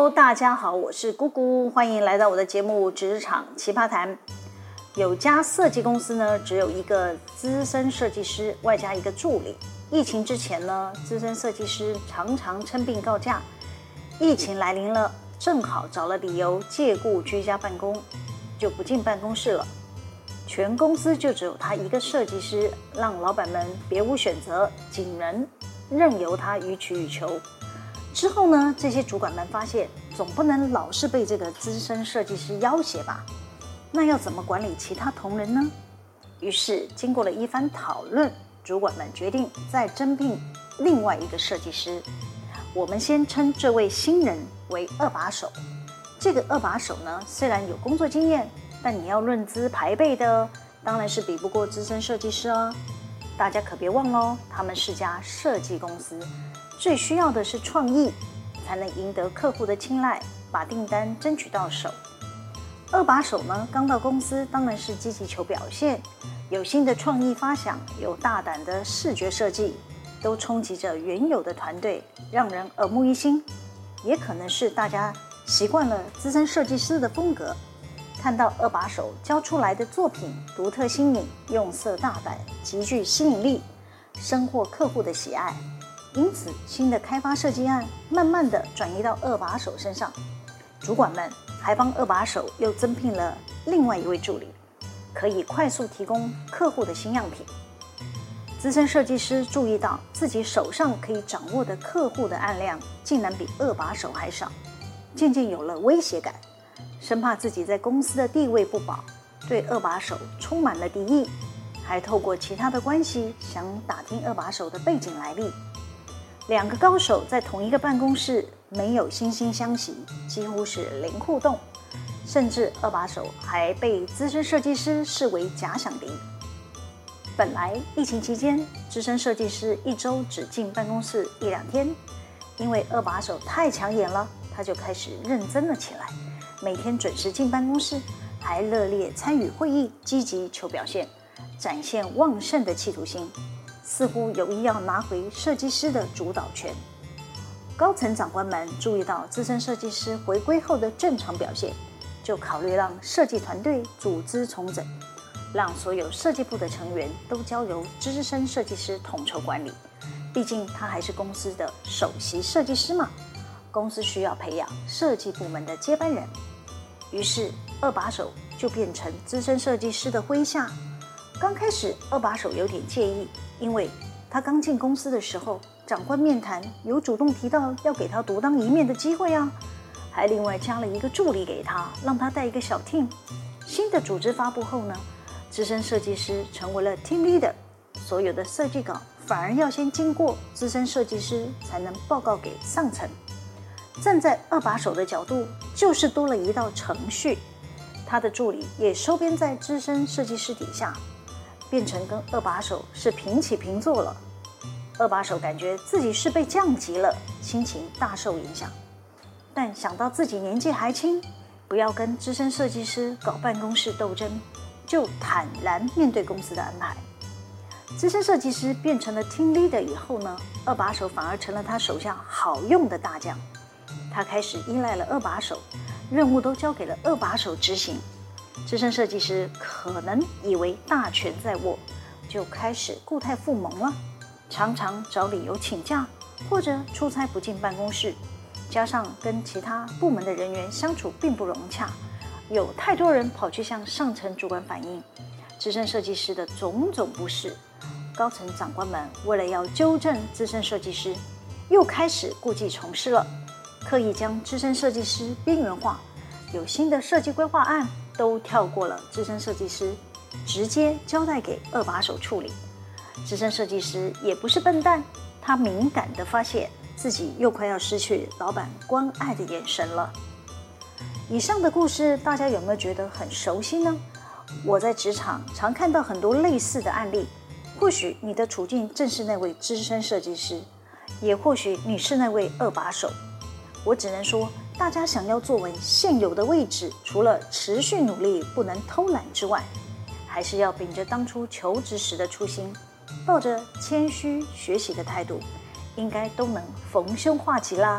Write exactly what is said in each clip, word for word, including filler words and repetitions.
Hello， 大家好，我是姑姑，欢迎来到我的节目《职场奇葩谈》。有家设计公司呢，只有一个资深设计师，外加一个助理。疫情之前呢，资深设计师常常称病告假。疫情来临了，正好找了理由借故居家办公，就不进办公室了。全公司就只有他一个设计师，让老板们别无选择，仅能任由他予取予求。之后呢，这些主管们发现，总不能老是被这个资深设计师要挟吧？那要怎么管理其他同仁呢？于是经过了一番讨论，主管们决定再征聘另外一个设计师。我们先称这位新人为二把手。这个二把手呢，虽然有工作经验，但你要论资排辈的，当然是比不过资深设计师啊。大家可别忘了，他们是家设计公司，最需要的是创意，才能赢得客户的青睐，把订单争取到手。二把手呢，刚到公司当然是积极求表现，有新的创意发想，有大胆的视觉设计，都冲击着原有的团队，让人耳目一新。也可能是大家习惯了资深设计师的风格，看到二把手交出来的作品独特新颖，用色大胆，极具吸引力，深获客户的喜爱。因此，新的开发设计案慢慢的转移到二把手身上。主管们还帮二把手又增聘了另外一位助理，可以快速提供客户的新样品。资深设计师注意到自己手上可以掌握的客户的案量竟然比二把手还少，渐渐有了威胁感，生怕自己在公司的地位不保，对二把手充满了敌意，还透过其他的关系想打听二把手的背景来历。两个高手在同一个办公室，没有惺惺相惜，几乎是零互动，甚至二把手还被资深设计师视为假想敌。本来疫情期间，资深设计师一周只进办公室一两天，因为二把手太抢眼了，他就开始认真了起来，每天准时进办公室，还热烈参与会议，积极求表现，展现旺盛的企图心，似乎有意要拿回设计师的主导权。高层长官们注意到资深设计师回归后的正常表现，就考虑让设计团队组织重整，让所有设计部的成员都交由资深设计师统筹管理。毕竟他还是公司的首席设计师嘛，公司需要培养设计部门的接班人。于是二把手就变成资深设计师的麾下。刚开始二把手有点介意，因为他刚进公司的时候，长官面谈有主动提到要给他独当一面的机会啊，还另外加了一个助理给他，让他带一个小 team。 新的组织发布后呢，资深设计师成为了 team leader， 所有的设计稿反而要先经过资深设计师才能报告给上层。站在二把手的角度，就是多了一道程序，他的助理也收编在资深设计师底下，变成跟二把手是平起平坐了。二把手感觉自己是被降级了，心情大受影响。但想到自己年纪还轻，不要跟资深设计师搞办公室斗争，就坦然面对公司的安排。资深设计师变成了 team leader 以后呢，二把手反而成了他手下好用的大将。他开始依赖了二把手，任务都交给了二把手执行。资深设计师可能以为大权在握，就开始固态附萌了，常常找理由请假，或者出差不进办公室，加上跟其他部门的人员相处并不融洽，有太多人跑去向上层主管反映资深设计师的种种不适。高层长官们为了要纠正资深设计师，又开始故技重施了，刻意将资深设计师边缘化，有新的设计规划案都跳过了资深设计师，直接交代给二把手处理。资深设计师也不是笨蛋，他敏感地发现自己又快要失去老板关爱的眼神了。以上的故事大家有没有觉得很熟悉呢？我在职场常看到很多类似的案例，或许你的处境正是那位资深设计师，也或许你是那位二把手。我只能说，大家想要坐稳现有的位置，除了持续努力不能偷懒之外，还是要秉着当初求职时的初心，抱着谦虚学习的态度，应该都能逢凶化吉啦。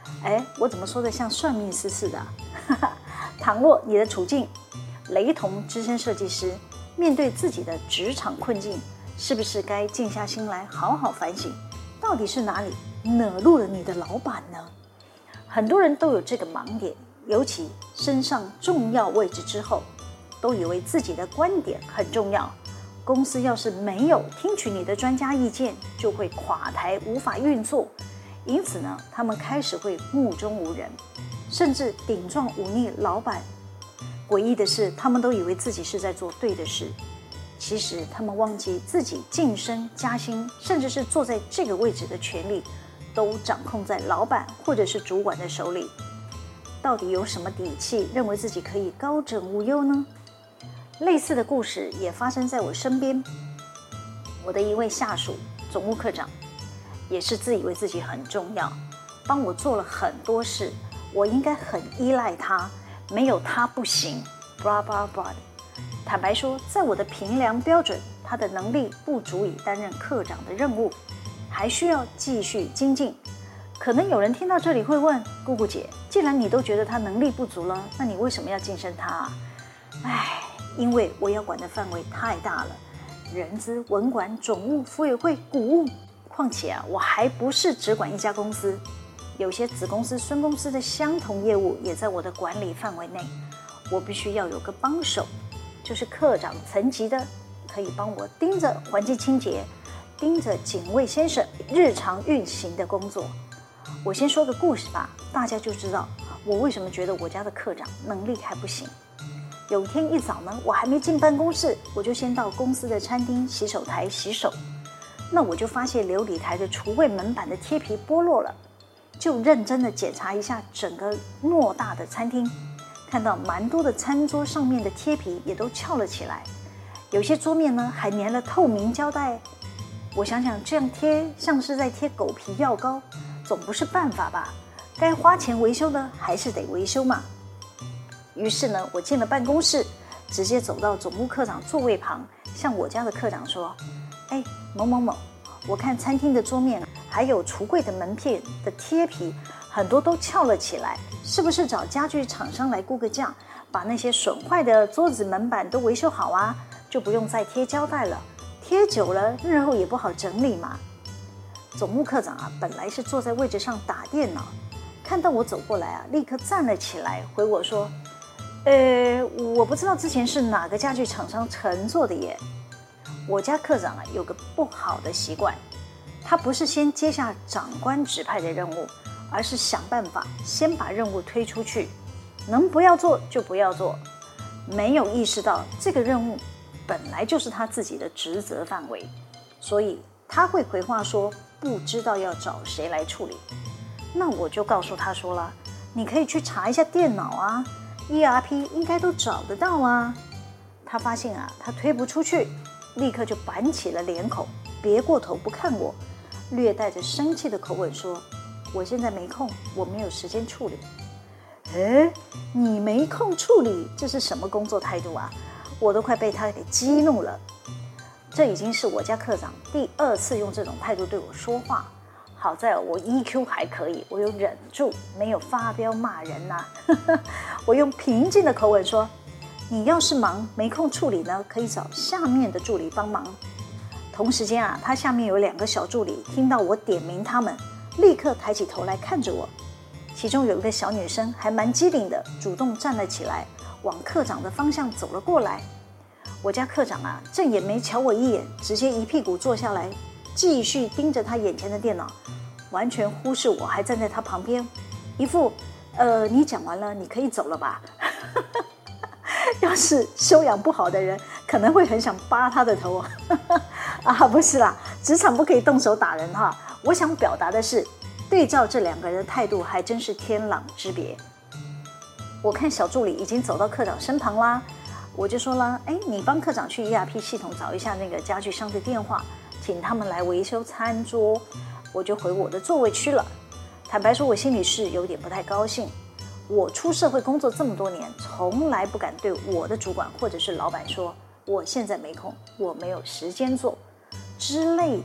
哎，我怎么说的像算命师似的啊？倘若你的处境雷同资深设计师，面对自己的职场困境，是不是该静下心来好好反省，到底是哪里惹怒了你的老板呢？很多人都有这个盲点，尤其升上重要位置之后，都以为自己的观点很重要，公司要是没有听取你的专家意见，就会垮台无法运作。因此呢，他们开始会目中无人，甚至顶撞忤逆老板。诡异的是，他们都以为自己是在做对的事，其实他们忘记自己晋升加薪，甚至是坐在这个位置的权利，都掌控在老板或者是主管的手里。到底有什么底气认为自己可以高枕无忧呢？类似的故事也发生在我身边。我的一位下属总务科长，也是自以为自己很重要，帮我做了很多事，我应该很依赖他，没有他不行 blah blah blah。 坦白说，在我的评量标准，他的能力不足以担任科长的任务，还需要继续精进。可能有人听到这里会问，姑姑姐，既然你都觉得他能力不足了，那你为什么要晋升他啊？唉，因为我要管的范围太大了，人资、文管、总务、妇委会、股务，况且啊，我还不是只管一家公司，有些子公司、孙公司的相同业务也在我的管理范围内，我必须要有个帮手，就是科长层级的，可以帮我盯着环境清洁，盯着警卫先生日常运行的工作。我先说个故事吧，大家就知道我为什么觉得我家的科长能力还不行。有一天一早呢，我还没进办公室，我就先到公司的餐厅洗手台洗手。那我就发现琉璃台的橱柜门板的贴皮剥落了，就认真的检查一下整个偌大的餐厅，看到蛮多的餐桌上面的贴皮也都翘了起来，有些桌面呢还粘了透明胶带。我想想，这样贴像是在贴狗皮药膏，总不是办法吧？该花钱维修的还是得维修嘛。于是呢，我进了办公室，直接走到总务科长座位旁，向我家的科长说：哎，某某某，我看餐厅的桌面还有橱柜的门片的贴皮很多都翘了起来，是不是找家具厂商来估个价，把那些损坏的桌子门板都维修好啊，就不用再贴胶带了，贴久了日后也不好整理嘛。总务科长啊，本来是坐在位置上打电脑，看到我走过来啊，立刻站了起来，回我说：呃，我不知道之前是哪个家具厂商承做的耶。我家科长啊有个不好的习惯，他不是先接下长官指派的任务，而是想办法先把任务推出去，能不要做就不要做，没有意识到这个任务本来就是他自己的职责范围，所以他会回话说不知道要找谁来处理。那我就告诉他说了，你可以去查一下电脑啊， E R P 应该都找得到啊。他发现啊，他推不出去，立刻就板起了脸孔，别过头不看我，略带着生气的口吻说：我现在没空，我没有时间处理。诶，你没空处理，这是什么工作态度啊？我都快被他给激怒了。这已经是我家科长第二次用这种态度对我说话，好在我 E Q 还可以，我有忍住，没有发飙骂人呐、啊。我用平静的口吻说：你要是忙没空处理呢，可以找下面的助理帮忙。同时间啊，他下面有两个小助理，听到我点名他们，立刻抬起头来看着我。其中有一个小女生还蛮机灵的，主动站了起来，往科长的方向走了过来。我家科长啊，正也没瞧我一眼，直接一屁股坐下来，继续盯着他眼前的电脑，完全忽视我还站在他旁边，一副呃，你讲完了，你可以走了吧。要是修养不好的人，可能会很想扒他的头啊，不是啦，职场不可以动手打人哈。我想表达的是，对照这两个人的态度，还真是天壤之别。我看小助理已经走到科长身旁啦，我就说了，哎，你帮科长去 E R P 系统找一下那个家具商的电话，请他们来维修餐桌。我就回我的座位去了。坦白说，我心里是有点不太高兴。我出社会工作这么多年，从来不敢对我的主管或者是老板说我现在没空，我没有时间做之类的。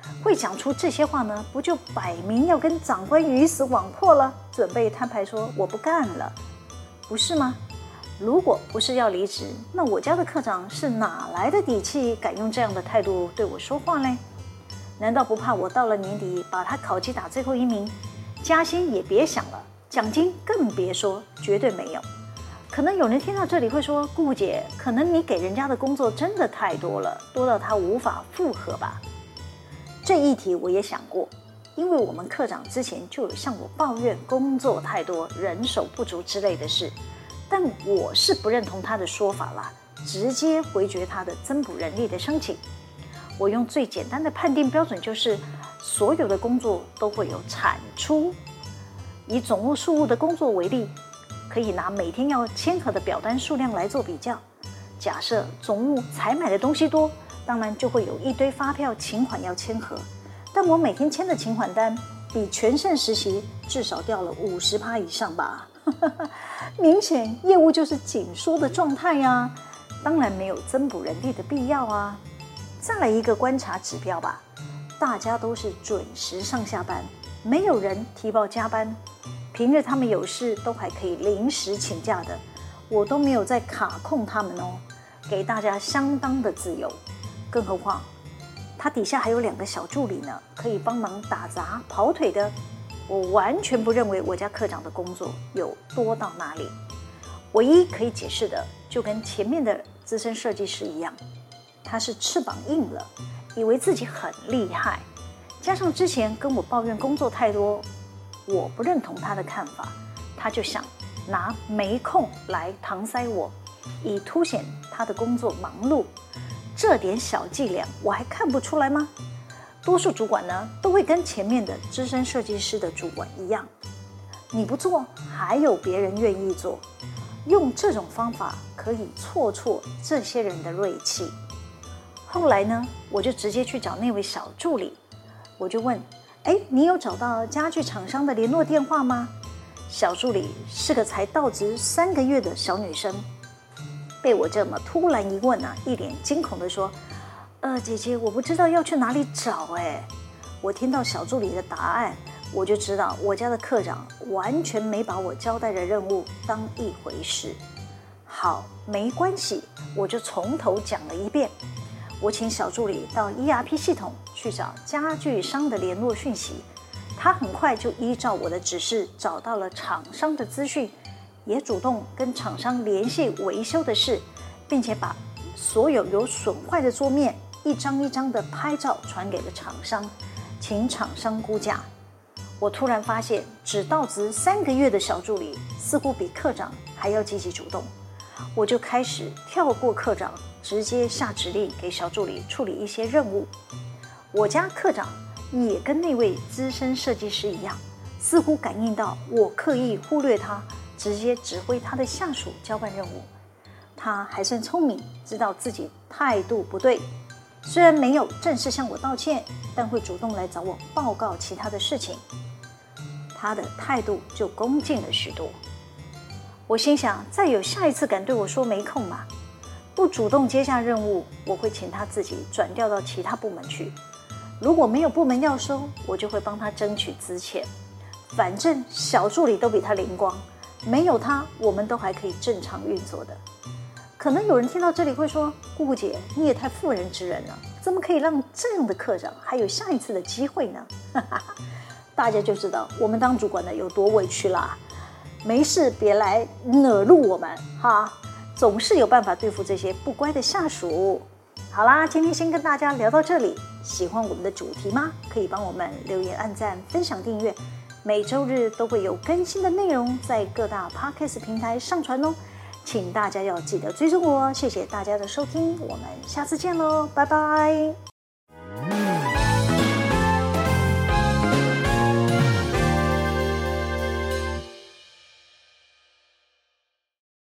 会讲出这些话呢，不就摆明要跟长官鱼死网破了，准备摊牌说我不干了，不是吗？如果不是要离职，那我家的科长是哪来的底气敢用这样的态度对我说话嘞？难道不怕我到了年底把他考绩打最后一名，加薪也别想了，奖金更别说，绝对没有。可能有人听到这里会说，顾姐，可能你给人家的工作真的太多了，多到他无法负荷吧？这一题我也想过，因为我们科长之前就有向我抱怨工作太多、人手不足之类的事，但我是不认同他的说法啦，直接回绝他的增补人力的申请。我用最简单的判定标准，就是所有的工作都会有产出。以总务事务的工作为例，可以拿每天要签核的表单数量来做比较。假设总务采买的东西多，当然就会有一堆发票请款要签核，但我每天签的请款单比全盛实习至少掉了 百分之五十 以上吧。明显业务就是紧缩的状态啊，当然没有增补人力的必要啊。再来一个观察指标吧，大家都是准时上下班，没有人提报加班，平日他们有事都还可以临时请假的，我都没有在卡控他们哦，给大家相当的自由。更何况他底下还有两个小助理呢，可以帮忙打杂跑腿的。我完全不认为我家科长的工作有多到哪里，唯一可以解释的就跟前面的资深设计师一样，他是翅膀硬了，以为自己很厉害，加上之前跟我抱怨工作太多，我不认同他的看法，他就想拿没空来搪塞我，以凸显他的工作忙碌。这点小伎俩我还看不出来吗？多数主管呢都会跟前面的资深设计师的主管一样，你不做还有别人愿意做，用这种方法可以挫挫这些人的锐气。后来呢，我就直接去找那位小助理，我就问，哎，你有找到家具厂商的联络电话吗？小助理是个才到职三个月的小女生，被我这么突然一问啊，一脸惊恐地说，呃，姐姐，我不知道要去哪里找哎。我听到小助理的答案，我就知道我家的科长完全没把我交代的任务当一回事。好，没关系，我就从头讲了一遍。我请小助理到 E R P 系统去找家具商的联络讯息，他很快就依照我的指示找到了厂商的资讯，也主动跟厂商联系维修的事，并且把所有有损坏的桌面一张一张的拍照传给了厂商，请厂商估价。我突然发现，只到职三个月的小助理似乎比科长还要积极主动，我就开始跳过科长，直接下指令给小助理处理一些任务。我家科长也跟那位资深设计师一样，似乎感应到我刻意忽略他，直接指挥他的下属交办任务。他还算聪明，知道自己态度不对，虽然没有正式向我道歉，但会主动来找我报告其他的事情，他的态度就恭敬了许多。我心想，再有下一次敢对我说没空嘛，不主动接下任务，我会请他自己转调到其他部门去。如果没有部门要收，我就会帮他争取资遣。反正小助理都比他灵光，没有他，我们都还可以正常运作的。可能有人听到这里会说，顾姐，你也太妇人之仁了，怎么可以让这样的科长还有下一次的机会呢？大家就知道我们当主管的有多委屈啦。没事别来惹怒我们哈，总是有办法对付这些不乖的下属。好啦，今天先跟大家聊到这里，喜欢我们的主题吗？可以帮我们留言、按赞、分享、订阅，每周日都会有更新的内容在各大 Podcast 平台上传哦，请大家要记得追踪我哦。谢谢大家的收听，我们下次见喽，拜拜。